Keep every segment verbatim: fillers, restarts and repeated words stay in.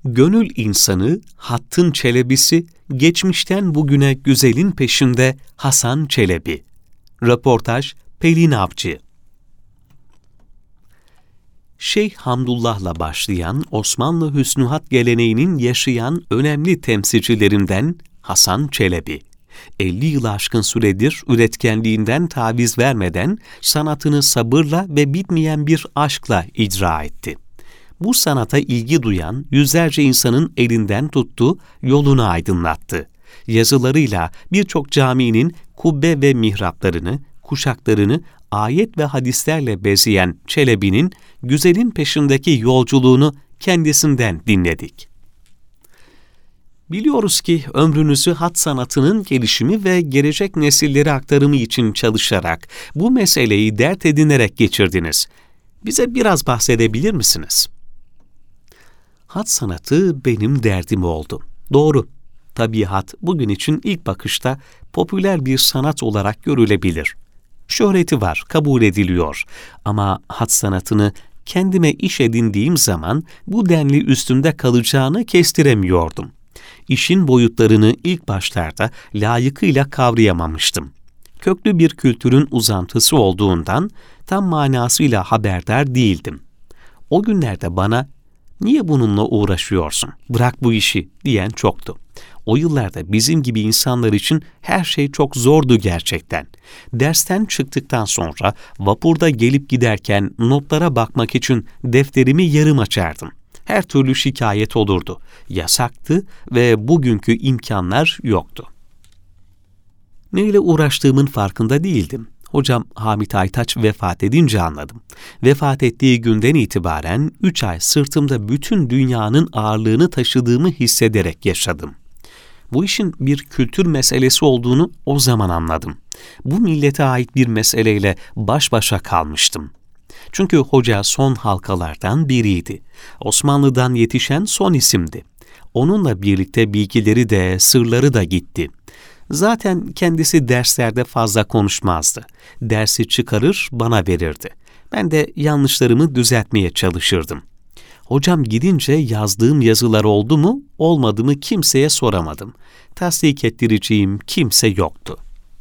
Gönül insanı, hattın çelebisi, geçmişten bugüne güzelin peşinde Hasan Çelebi. Röportaj Pelin Avcı. Şeyh Hamdullah'la başlayan Osmanlı hüsnühat geleneğinin yaşayan önemli temsilcilerinden Hasan Çelebi. elli yılı aşkın süredir üretkenliğinden taviz vermeden sanatını sabırla ve bitmeyen bir aşkla icra etti. Bu sanata ilgi duyan yüzlerce insanın elinden tuttu, yolunu aydınlattı. Yazılarıyla birçok caminin kubbe ve mihraplarını, kuşaklarını ayet ve hadislerle bezeyen Çelebi'nin güzelin peşindeki yolculuğunu kendisinden dinledik. Biliyoruz ki ömrünüzü hat sanatının gelişimi ve gelecek nesillere aktarımı için çalışarak, bu meseleyi dert edinerek geçirdiniz. Bize biraz bahsedebilir misiniz? Hat sanatı benim derdim oldu. Doğru. Tabii hat bugün için ilk bakışta popüler bir sanat olarak görülebilir. Şöhreti var, kabul ediliyor. Ama hat sanatını kendime iş edindiğim zaman bu denli üstünde kalacağını kestiremiyordum. İşin boyutlarını ilk başlarda layıkıyla kavrayamamıştım. Köklü bir kültürün uzantısı olduğundan tam manasıyla haberdar değildim. O günlerde bana "Niye bununla uğraşıyorsun? Bırak bu işi" diyen çoktu. O yıllarda bizim gibi insanlar için her şey çok zordu gerçekten. Dersten çıktıktan sonra vapurda gelip giderken notlara bakmak için defterimi yarım açardım. Her türlü şikayet olurdu. Yasaktı ve bugünkü imkanlar yoktu. Neyle uğraştığımın farkında değildim. Hocam Hamit Aytaç vefat edince anladım. Vefat ettiği günden itibaren üç ay sırtımda bütün dünyanın ağırlığını taşıdığımı hissederek yaşadım. Bu işin bir kültür meselesi olduğunu o zaman anladım. Bu millete ait bir meseleyle baş başa kalmıştım. Çünkü hoca son halkalardan biriydi. Osmanlı'dan yetişen son isimdi. Onunla birlikte bilgileri de, sırları da gitti. Zaten kendisi derslerde fazla konuşmazdı. Dersi çıkarır, bana verirdi. Ben de yanlışlarımı düzeltmeye çalışırdım. Hocam gidince yazdığım yazılar oldu mu, olmadı mı kimseye soramadım. Tasdik ettireceğim kimse yoktu.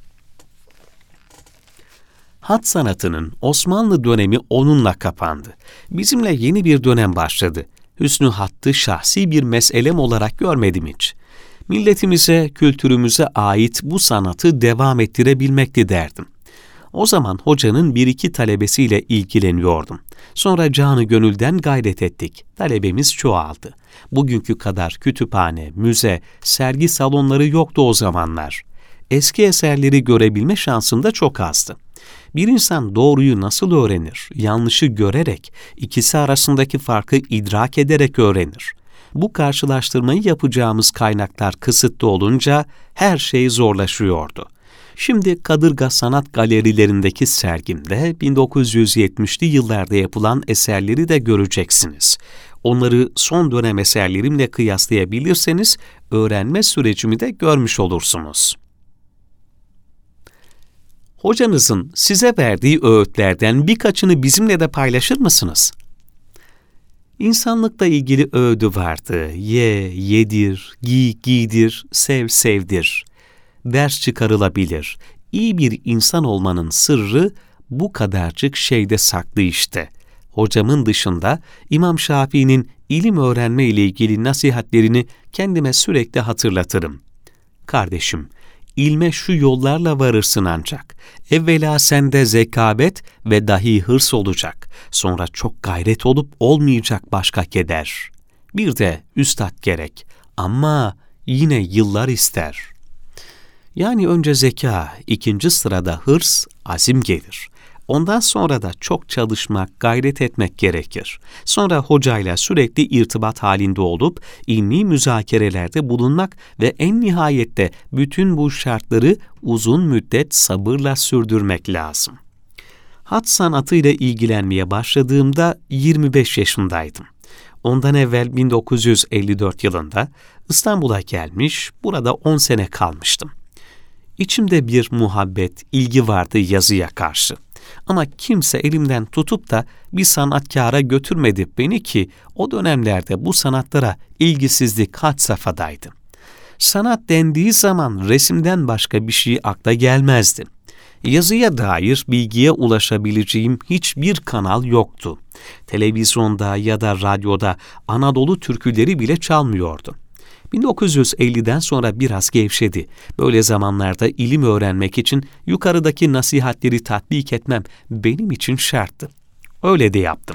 Hat sanatının Osmanlı dönemi onunla kapandı. Bizimle yeni bir dönem başladı. Hüsnü hattı şahsi bir meselem olarak görmedim hiç. Milletimize, kültürümüze ait bu sanatı devam ettirebilmekti derdim. O zaman hocanın bir iki talebesiyle ilgileniyordum. Sonra canı gönülden gayret ettik. Talebemiz çoğaldı. Bugünkü kadar kütüphane, müze, sergi salonları yoktu o zamanlar. Eski eserleri görebilme şansım da çok azdı. Bir insan doğruyu nasıl öğrenir? Yanlışı görerek, ikisi arasındaki farkı idrak ederek öğrenir. Bu karşılaştırmayı yapacağımız kaynaklar kısıtlı olunca her şey zorlaşıyordu. Şimdi Kadırga Sanat Galerilerindeki sergimde bin dokuz yüz yetmişli yıllarda yapılan eserleri de göreceksiniz. Onları son dönem eserlerimle kıyaslayabilirseniz öğrenme sürecimi de görmüş olursunuz. Hocanızın size verdiği öğütlerden birkaçını bizimle de paylaşır mısınız? İnsanlıkla ilgili öğüdü vardı. Ye, yedir, giy, giydir, sev, sevdir. Ders çıkarılabilir. İyi bir insan olmanın sırrı bu kadarcık şeyde saklı işte. Hocamın dışında İmam Şafii'nin ilim öğrenme ile ilgili nasihatlerini kendime sürekli hatırlatırım. Kardeşim, İlme şu yollarla varırsın ancak. Evvela sende zekabet ve dahi hırs olacak. Sonra çok gayret olup olmayacak başka keder. Bir de üstad gerek. Ama yine yıllar ister. Yani önce zeka, ikinci sırada hırs, azim gelir. Ondan sonra da çok çalışmak, gayret etmek gerekir. Sonra hocayla sürekli irtibat halinde olup ilmi müzakerelerde bulunmak ve en nihayette bütün bu şartları uzun müddet sabırla sürdürmek lazım. Hat sanatıyla ilgilenmeye başladığımda yirmi beş yaşındaydım. Ondan evvel bin dokuz yüz elli dört yılında İstanbul'a gelmiş, burada on sene kalmıştım. İçimde bir muhabbet, ilgi vardı yazıya karşı. Ama kimse elimden tutup da bir sanatkâra götürmedi beni ki o dönemlerde bu sanatlara ilgisizlik had safhadaydı. Sanat dendiği zaman resimden başka bir şey akla gelmezdi. Yazıya dair bilgiye ulaşabileceğim hiçbir kanal yoktu. Televizyonda ya da radyoda Anadolu türküleri bile çalmıyordu. bin dokuz yüz elliden sonra biraz gevşedi. Böyle zamanlarda ilim öğrenmek için yukarıdaki nasihatleri tatbik etmem benim için şarttı. Öyle de yaptım.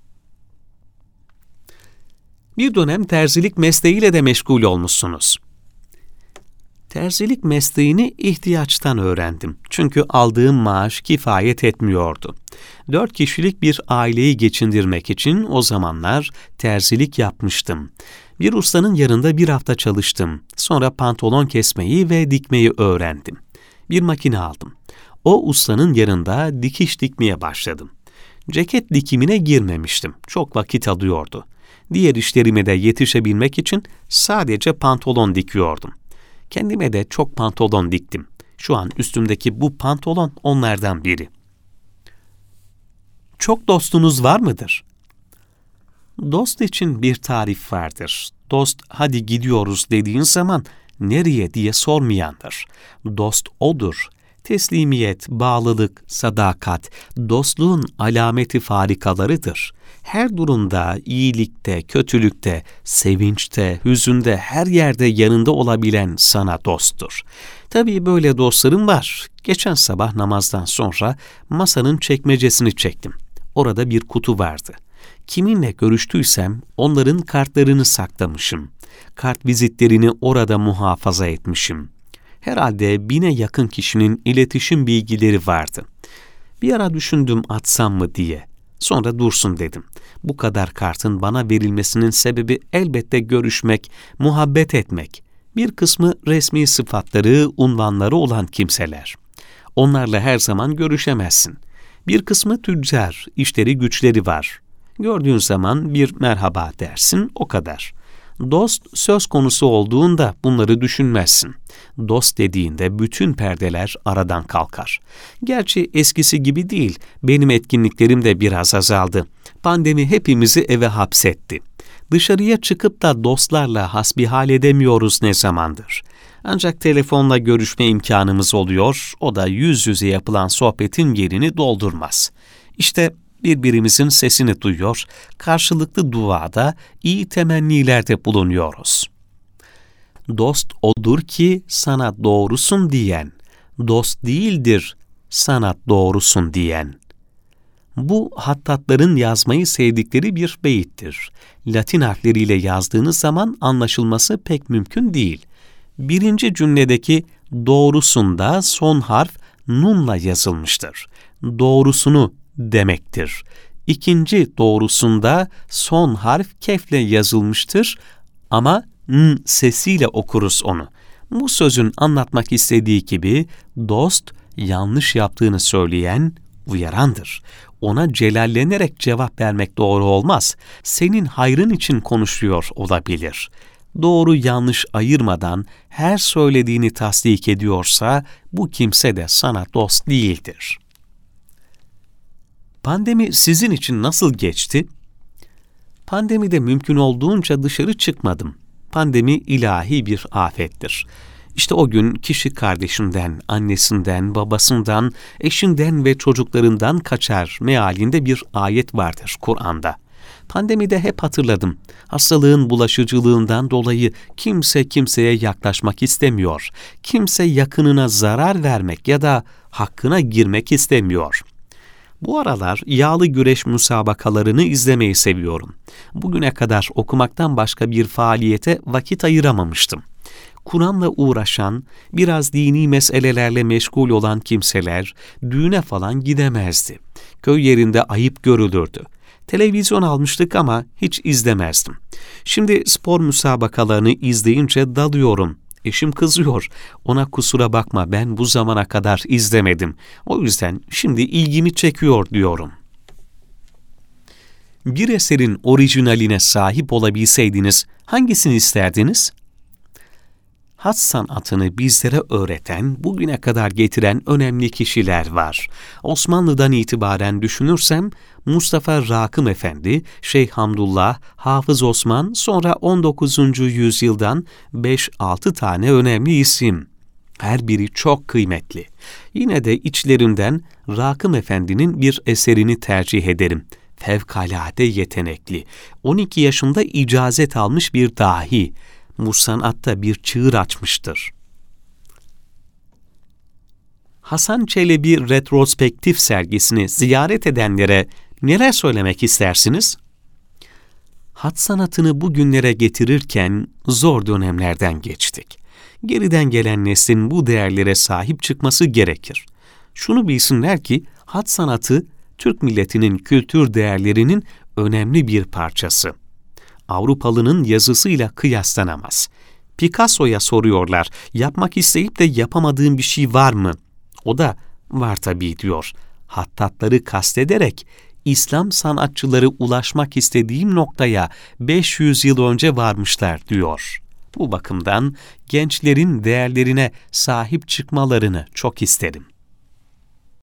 Bir dönem terzilik mesleğiyle de meşgul olmuşsunuz. Terzilik mesleğini ihtiyaçtan öğrendim. Çünkü aldığım maaş kifayet etmiyordu. Dört kişilik bir aileyi geçindirmek için o zamanlar terzilik yapmıştım. Bir ustanın yanında bir hafta çalıştım. Sonra pantolon kesmeyi ve dikmeyi öğrendim. Bir makine aldım. O ustanın yanında dikiş dikmeye başladım. Ceket dikimine girmemiştim. Çok vakit alıyordu. Diğer işlerime de yetişebilmek için sadece pantolon dikiyordum. Kendime de çok pantolon diktim. Şu an üstümdeki bu pantolon onlardan biri. Çok dostunuz var mıdır? Dost için bir tarif vardır. Dost hadi gidiyoruz dediğin zaman nereye diye sormayandır. Dost odur. Teslimiyet, bağlılık, sadakat, dostluğun alameti farikalarıdır. Her durumda, iyilikte, kötülükte, sevinçte, hüzünde, her yerde yanında olabilen sana dosttur. Tabii böyle dostlarım var. Geçen sabah namazdan sonra masanın çekmecesini çektim. Orada bir kutu vardı. Kiminle görüştüysem onların kartlarını saklamışım. Kart vizitlerini orada muhafaza etmişim. Herhalde bine yakın kişinin iletişim bilgileri vardı. Bir ara düşündüm atsam mı diye. Sonra dursun dedim. Bu kadar kartın bana verilmesinin sebebi elbette görüşmek, muhabbet etmek. Bir kısmı resmi sıfatları, unvanları olan kimseler. Onlarla her zaman görüşemezsin. Bir kısmı tüccar, işleri güçleri var. Gördüğün zaman bir merhaba dersin, o kadar. Dost söz konusu olduğunda bunları düşünmezsin. Dost dediğinde bütün perdeler aradan kalkar. Gerçi eskisi gibi değil, benim etkinliklerim de biraz azaldı. Pandemi hepimizi eve hapsetti. Dışarıya çıkıp da dostlarla hasbihal edemiyoruz ne zamandır. Ancak telefonla görüşme imkanımız oluyor, o da yüz yüze yapılan sohbetin yerini doldurmaz. İşte birbirimizin sesini duyuyor, karşılıklı duada, iyi temennilerde bulunuyoruz. Dost odur ki sana doğrusun diyen, dost değildir sana doğrusun diyen. Bu hattatların yazmayı sevdikleri bir beyittir. Latin harfleriyle yazdığınız zaman anlaşılması pek mümkün değil. Birinci cümledeki doğrusunda son harf nunla yazılmıştır. Doğrusunu demektir. İkinci doğrusunda son harf kefle yazılmıştır ama n sesiyle okuruz onu. Bu sözün anlatmak istediği gibi dost yanlış yaptığını söyleyen uyarandır. Ona celallenerek cevap vermek doğru olmaz. Senin hayrın için konuşuyor olabilir. Doğru yanlış ayırmadan her söylediğini tasdik ediyorsa bu kimse de sana dost değildir. Pandemi sizin için nasıl geçti? Pandemide mümkün olduğunca dışarı çıkmadım. Pandemi ilahi bir afettir. İşte o gün kişi kardeşinden, annesinden, babasından, eşinden ve çocuklarından kaçar mealinde bir ayet vardır Kur'an'da. Pandemide hep hatırladım. Hastalığın bulaşıcılığından dolayı kimse kimseye yaklaşmak istemiyor. Kimse yakınına zarar vermek ya da hakkına girmek istemiyor. Bu aralar yağlı güreş müsabakalarını izlemeyi seviyorum. Bugüne kadar okumaktan başka bir faaliyete vakit ayıramamıştım. Kur'an'la uğraşan, biraz dini meselelerle meşgul olan kimseler düğüne falan gidemezdi. Köy yerinde ayıp görülürdü. Televizyon almıştık ama hiç izlemezdim. Şimdi spor müsabakalarını izleyince dalıyorum. Eşim kızıyor. Ona kusura bakma ben bu zamana kadar izlemedim. O yüzden şimdi ilgimi çekiyor diyorum. Bir eserin orijinaline sahip olabilseydiniz hangisini isterdiniz? Hat sanatını bizlere öğreten, bugüne kadar getiren önemli kişiler var. Osmanlı'dan itibaren düşünürsem, Mustafa Rakım Efendi, Şeyh Hamdullah, Hafız Osman, sonra on dokuzuncu yüzyıldan beş altı tane önemli isim. Her biri çok kıymetli. Yine de içlerinden Rakım Efendi'nin bir eserini tercih ederim. Fevkalade yetenekli, on iki yaşında icazet almış bir dahi, bu sanatta bir çığır açmıştır. Hasan Çelebi retrospektif sergisini ziyaret edenlere neler söylemek istersiniz? Hat sanatını bugünlere getirirken zor dönemlerden geçtik. Geriden gelen neslin bu değerlere sahip çıkması gerekir. Şunu bilsinler ki hat sanatı Türk milletinin kültür değerlerinin önemli bir parçası. Avrupalının yazısıyla kıyaslanamaz. Picasso'ya soruyorlar, yapmak isteyip de yapamadığın bir şey var mı? O da var tabii diyor. Hattatları kastederek İslam sanatçıları ulaşmak istediğim noktaya beş yüz yıl önce varmışlar diyor. Bu bakımdan gençlerin değerlerine sahip çıkmalarını çok isterim.